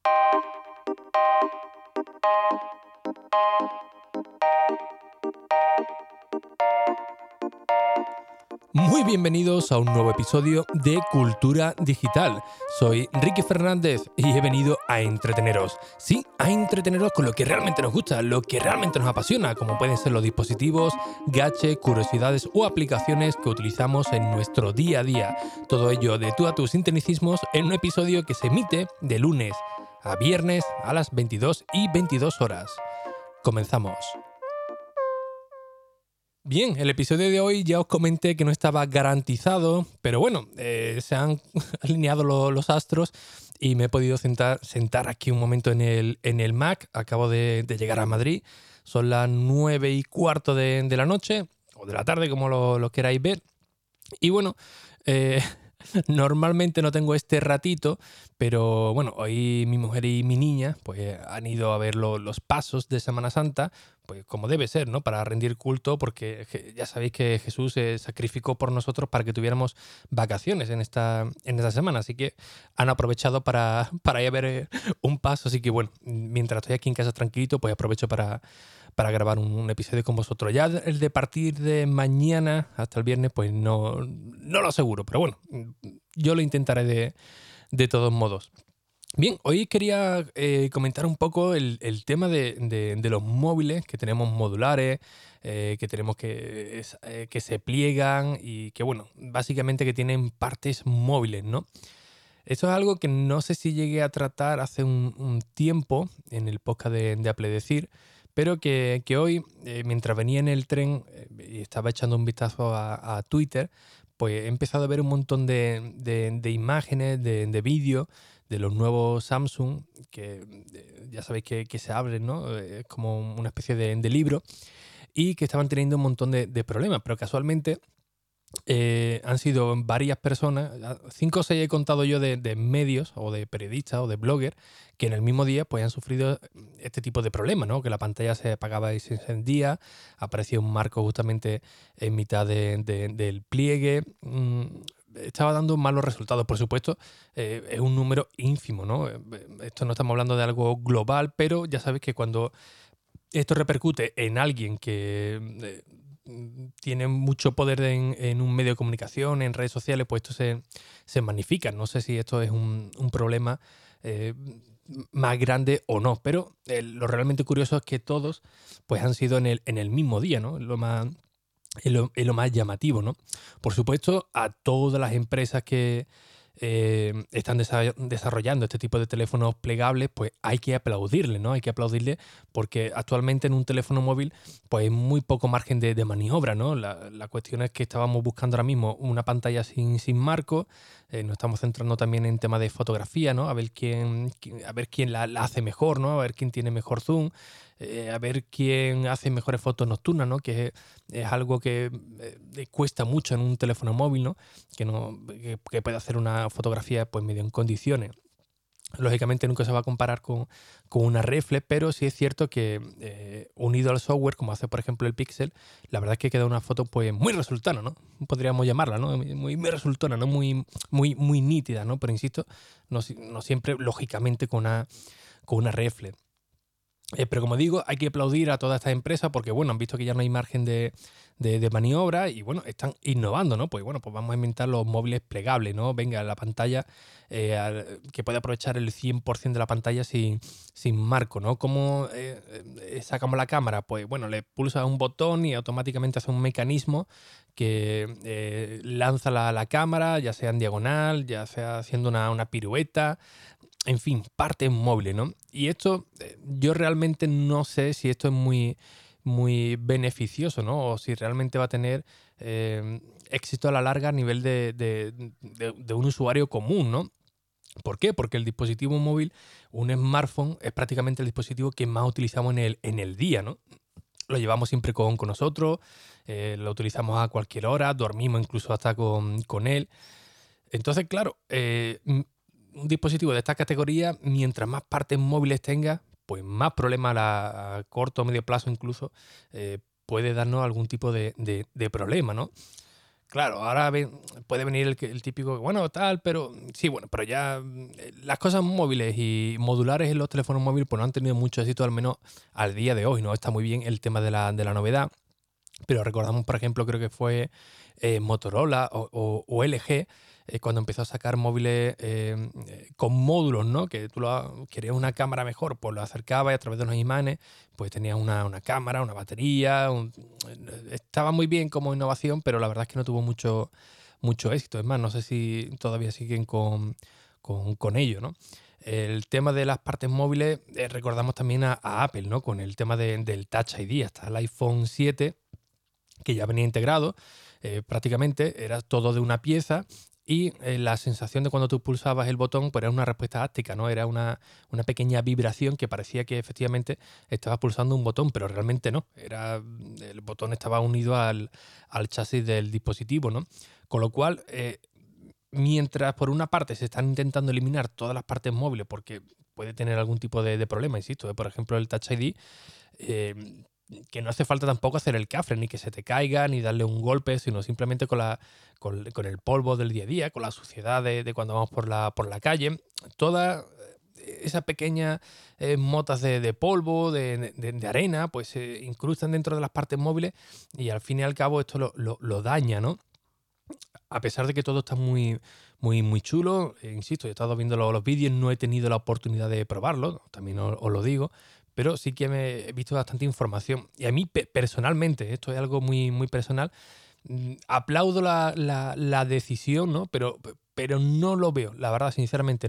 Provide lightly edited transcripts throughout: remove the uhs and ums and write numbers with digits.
Muy bienvenidos a un nuevo episodio de Cultura Digital. Soy Ricky Fernández y he venido a entreteneros. Sí, a entreteneros con lo que realmente nos gusta, lo que realmente nos apasiona, como pueden ser los dispositivos, gadgets, curiosidades o aplicaciones que utilizamos en nuestro día a día. Todo ello de tú a tus tecnicismos en un episodio que se emite de lunes a viernes a las 22:22 horas. Comenzamos. Bien, el episodio de hoy ya os comenté que no estaba garantizado, pero bueno, se han alineado los astros y me he podido sentar aquí un momento en el Mac. Acabo de llegar a Madrid, son las 9:15 de la noche, o de la tarde, como lo queráis ver. Y bueno, eh, normalmente no tengo este ratito, pero bueno, hoy mi mujer y mi niña pues han ido a ver los pasos de Semana Santa, pues como debe ser, ¿no? Para rendir culto, porque ya sabéis que Jesús se sacrificó por nosotros para que tuviéramos vacaciones en esta semana, así que han aprovechado para ir a ver un paso, así que bueno, mientras estoy aquí en casa tranquilito, pues aprovecho para grabar un episodio con vosotros. Ya el de partir de mañana hasta el viernes, pues no lo aseguro, pero bueno, yo lo intentaré de todos modos. Bien, hoy quería comentar un poco el tema de los móviles que tenemos modulares, que tenemos que se pliegan y que, bueno, básicamente que tienen partes móviles, ¿no? Eso es algo que no sé si llegué a tratar hace un tiempo en el podcast de Apple Decir, pero que hoy, mientras venía en el tren y estaba echando un vistazo a Twitter, pues he empezado a ver un montón de imágenes, de vídeos de los nuevos Samsung, que ya sabéis que se abren, ¿no? Es como una especie de libro, y que estaban teniendo un montón de problemas, pero casualmente han sido varias personas, 5 o 6 he contado yo de medios o de periodistas o de bloggers que en el mismo día pues han sufrido este tipo de problemas, ¿no? Que la pantalla se apagaba y se encendía, aparecía un marco justamente en mitad del pliegue. Estaba dando malos resultados, por supuesto, es un número ínfimo, ¿no? Esto no estamos hablando de algo global, pero ya sabes que cuando esto repercute en alguien que tiene mucho poder en un medio de comunicación, en redes sociales, pues esto se magnifica. No sé si esto es un problema eh, más grande o no, pero lo realmente curioso es que todos pues han sido en el mismo día, ¿no? Es lo más llamativo, ¿no? Por supuesto, a todas las empresas que están desarrollando este tipo de teléfonos plegables, pues hay que aplaudirle, ¿no? Hay que aplaudirle porque actualmente en un teléfono móvil pues hay muy poco margen de maniobra, ¿no? La cuestión es que estábamos buscando ahora mismo una pantalla sin marco, nos estamos centrando también en tema de fotografía, ¿no? A ver quién la hace mejor, ¿no? A ver quién tiene mejor zoom, a ver quién hace mejores fotos nocturnas, ¿no? Que es algo que cuesta mucho en un teléfono móvil, ¿no? Que puede hacer una fotografía pues medio en condiciones. Lógicamente nunca se va a comparar con una reflex, pero sí es cierto que unido al software, como hace por ejemplo el Pixel, la verdad es que queda una foto pues muy resultona, ¿no? Podríamos llamarla, ¿no? Muy resultona, ¿no? Muy nítida, ¿no? Pero insisto, no siempre, lógicamente, con una reflex. Pero como digo, hay que aplaudir a todas estas empresas porque, bueno, han visto que ya no hay margen de maniobra y, bueno, están innovando, ¿no? Pues, bueno, pues vamos a inventar los móviles plegables, ¿no? Venga, la pantalla que puede aprovechar el 100% de la pantalla sin marco, ¿no? ¿Cómo sacamos la cámara? Pues, bueno, le pulsas un botón y automáticamente hace un mecanismo que lanza la cámara, ya sea en diagonal, ya sea haciendo una pirueta, en fin, partes móviles, ¿no? Y esto, yo realmente no sé si esto es muy beneficioso, ¿no? O si realmente va a tener éxito a la larga a nivel de un usuario común, ¿no? ¿Por qué? Porque el dispositivo móvil, un smartphone, es prácticamente el dispositivo que más utilizamos en el día, ¿no? Lo llevamos siempre con nosotros, lo utilizamos a cualquier hora, dormimos incluso hasta con él. Entonces, claro, un dispositivo de esta categoría, mientras más partes móviles tenga, pues más problemas a corto o medio plazo incluso puede darnos algún tipo de problema, ¿no? claro, ahora puede venir el típico, bueno, tal, pero sí, bueno, pero ya las cosas móviles y modulares en los teléfonos móviles pues no han tenido mucho éxito, al menos al día de hoy, ¿no? Está muy bien el tema de la novedad, pero recordamos, por ejemplo, creo que fue Motorola o LG, cuando empezó a sacar móviles con módulos, ¿no? Que tú querías una cámara mejor, pues lo acercabas y a través de unos imanes, pues tenías una cámara, una batería. Estaba muy bien como innovación, pero la verdad es que no tuvo mucho éxito. Es más, no sé si todavía siguen con ello, ¿no? El tema de las partes móviles, recordamos también a Apple, ¿no? Con el tema del Touch ID, hasta el iPhone 7 que ya venía integrado, prácticamente era todo de una pieza y la sensación de cuando tú pulsabas el botón pues era una respuesta áptica, ¿no? Era una pequeña vibración que parecía que efectivamente estabas pulsando un botón, pero realmente no. El botón estaba unido al chasis del dispositivo, ¿no? Con lo cual, mientras por una parte se están intentando eliminar todas las partes móviles porque puede tener algún tipo de problema, insisto, por ejemplo el Touch ID, eh, que no hace falta tampoco hacer el cafre, ni que se te caiga, ni darle un golpe, sino simplemente con el polvo del día a día, con la suciedad de cuando vamos por la calle. Todas esas pequeñas motas de polvo, de arena, pues se incrustan dentro de las partes móviles y al fin y al cabo esto lo daña, ¿no? A pesar de que todo está muy, muy, muy chulo, insisto, he estado viendo los vídeos, no he tenido la oportunidad de probarlo, también os lo digo, pero sí que he visto bastante información. Y a mí personalmente, esto es algo muy, muy personal, aplaudo la decisión, ¿no? Pero no lo veo, la verdad, sinceramente,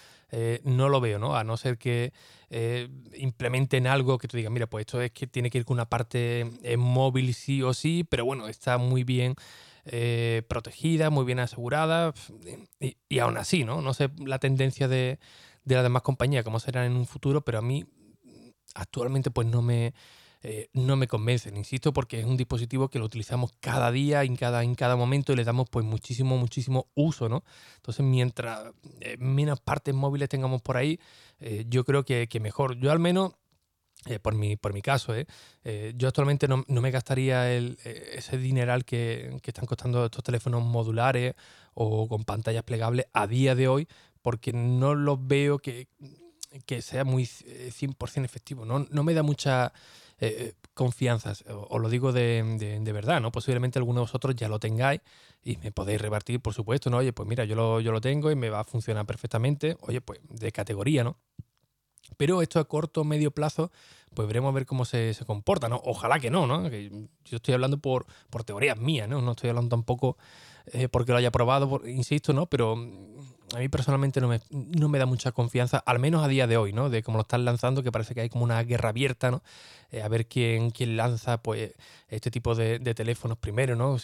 no lo veo, ¿no? A no ser que implementen algo que tú digas, mira, pues esto es que tiene que ir con una parte móvil sí o sí, pero bueno, está muy bien protegida, muy bien asegurada, y aún así, ¿no? No sé la tendencia de las demás compañías, cómo serán en un futuro, pero a mí actualmente pues no me convencen, insisto, porque es un dispositivo que lo utilizamos cada día, en cada momento, y le damos pues muchísimo, muchísimo uso, ¿no? Entonces, mientras menos partes móviles tengamos por ahí, yo creo que mejor. Yo al menos por mi caso, yo actualmente no me gastaría ese dineral que están costando estos teléfonos modulares o con pantallas plegables a día de hoy, porque no los veo que sea muy 100% efectivo. No me da mucha confianza, os lo digo de verdad, ¿no? Posiblemente alguno de vosotros ya lo tengáis y me podéis rebatir, por supuesto, ¿no? Oye, pues mira, yo lo tengo y me va a funcionar perfectamente. Oye, pues de categoría, ¿no? Pero esto a corto o medio plazo, pues veremos a ver cómo se comporta, ¿no? Ojalá que no, ¿no? Que yo estoy hablando por teorías mías, ¿no? No estoy hablando tampoco porque lo haya probado, insisto, ¿no? Pero a mí personalmente no me da mucha confianza, al menos a día de hoy, ¿no? De cómo lo están lanzando, que parece que hay como una guerra abierta, ¿no? A ver quién lanza, pues, este tipo de teléfonos primero, ¿no?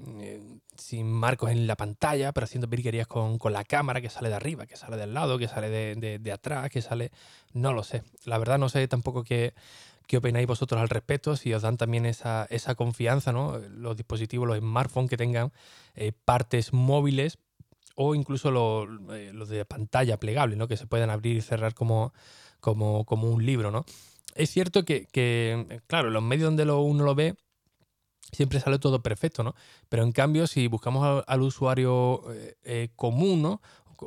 Sin marcos en la pantalla, pero haciendo virguerías con la cámara que sale de arriba, que sale del lado, que sale de atrás, que sale... No lo sé. La verdad no sé tampoco qué opináis vosotros al respecto, si os dan también esa confianza, ¿no? Los dispositivos, los smartphones que tengan partes móviles o incluso los de pantalla plegable, ¿no? Que se puedan abrir y cerrar como un libro, ¿no? Es cierto que, claro, en los medios donde uno lo ve siempre sale todo perfecto, ¿no? Pero en cambio, si buscamos al usuario común, ¿no?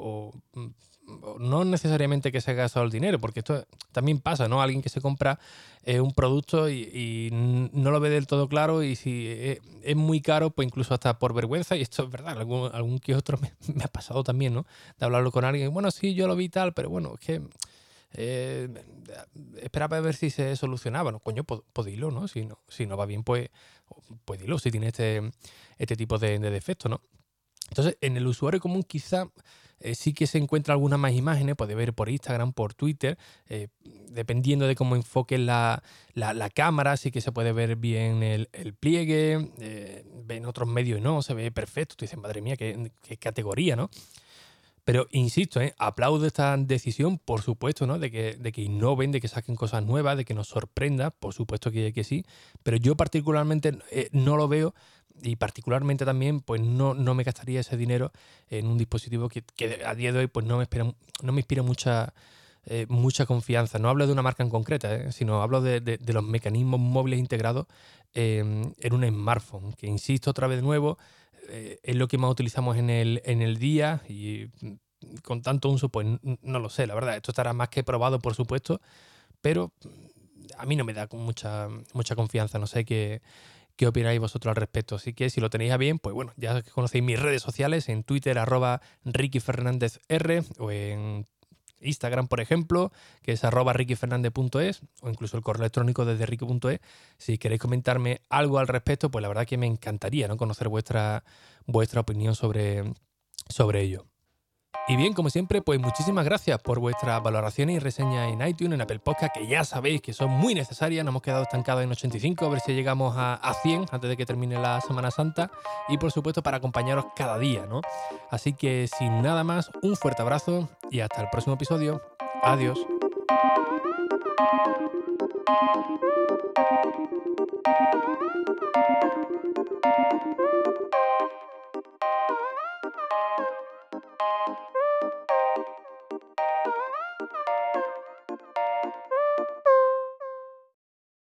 O no necesariamente que se haya gastado el dinero, porque esto también pasa, ¿no? Alguien que se compra un producto y no lo ve del todo claro, y si es muy caro, pues incluso hasta por vergüenza, y esto es verdad, algún que otro me ha pasado también, ¿no? De hablarlo con alguien, bueno, sí, yo lo vi tal, pero bueno, es que eh, esperaba a ver si se solucionaba, ¿no? Coño, pues dilo, ¿no? Si no va bien, pues dilo, si tiene este tipo de defectos, ¿no? Entonces, en el usuario común quizá sí que se encuentra algunas más imágenes, puede ver por Instagram, por Twitter, dependiendo de cómo enfoquen la cámara, sí que se puede ver bien el pliegue, en otros medios no, se ve perfecto, tú dices, madre mía, qué categoría, ¿no? Pero insisto, aplaudo esta decisión, por supuesto, ¿no? De que innoven, de que saquen cosas nuevas, de que nos sorprenda, por supuesto que sí, pero yo particularmente no lo veo, y particularmente también pues no me gastaría ese dinero en un dispositivo que a día de hoy pues no me inspira mucha confianza. No hablo de una marca en concreta, sino hablo de los mecanismos móviles integrados en un smartphone, que insisto otra vez de nuevo, es lo que más utilizamos en el día y con tanto uso, pues no lo sé, la verdad. Esto estará más que probado, por supuesto, pero a mí no me da con mucha confianza. No sé qué opináis vosotros al respecto. Así que si lo tenéis a bien, pues bueno, ya conocéis mis redes sociales en Twitter, @RickyFernandezR, o en Instagram, por ejemplo, que es @rickyfernandez.es, o incluso el correo electrónico desde ricky.es. Si queréis comentarme algo al respecto, pues la verdad que me encantaría, ¿no?, conocer vuestra opinión sobre ello. Y bien, como siempre, pues muchísimas gracias por vuestras valoraciones y reseñas en iTunes, en Apple Podcast, que ya sabéis que son muy necesarias. Nos hemos quedado estancados en 85, a ver si llegamos a 100 antes de que termine la Semana Santa. Y por supuesto, para acompañaros cada día, ¿no? Así que sin nada más, un fuerte abrazo y hasta el próximo episodio. Adiós.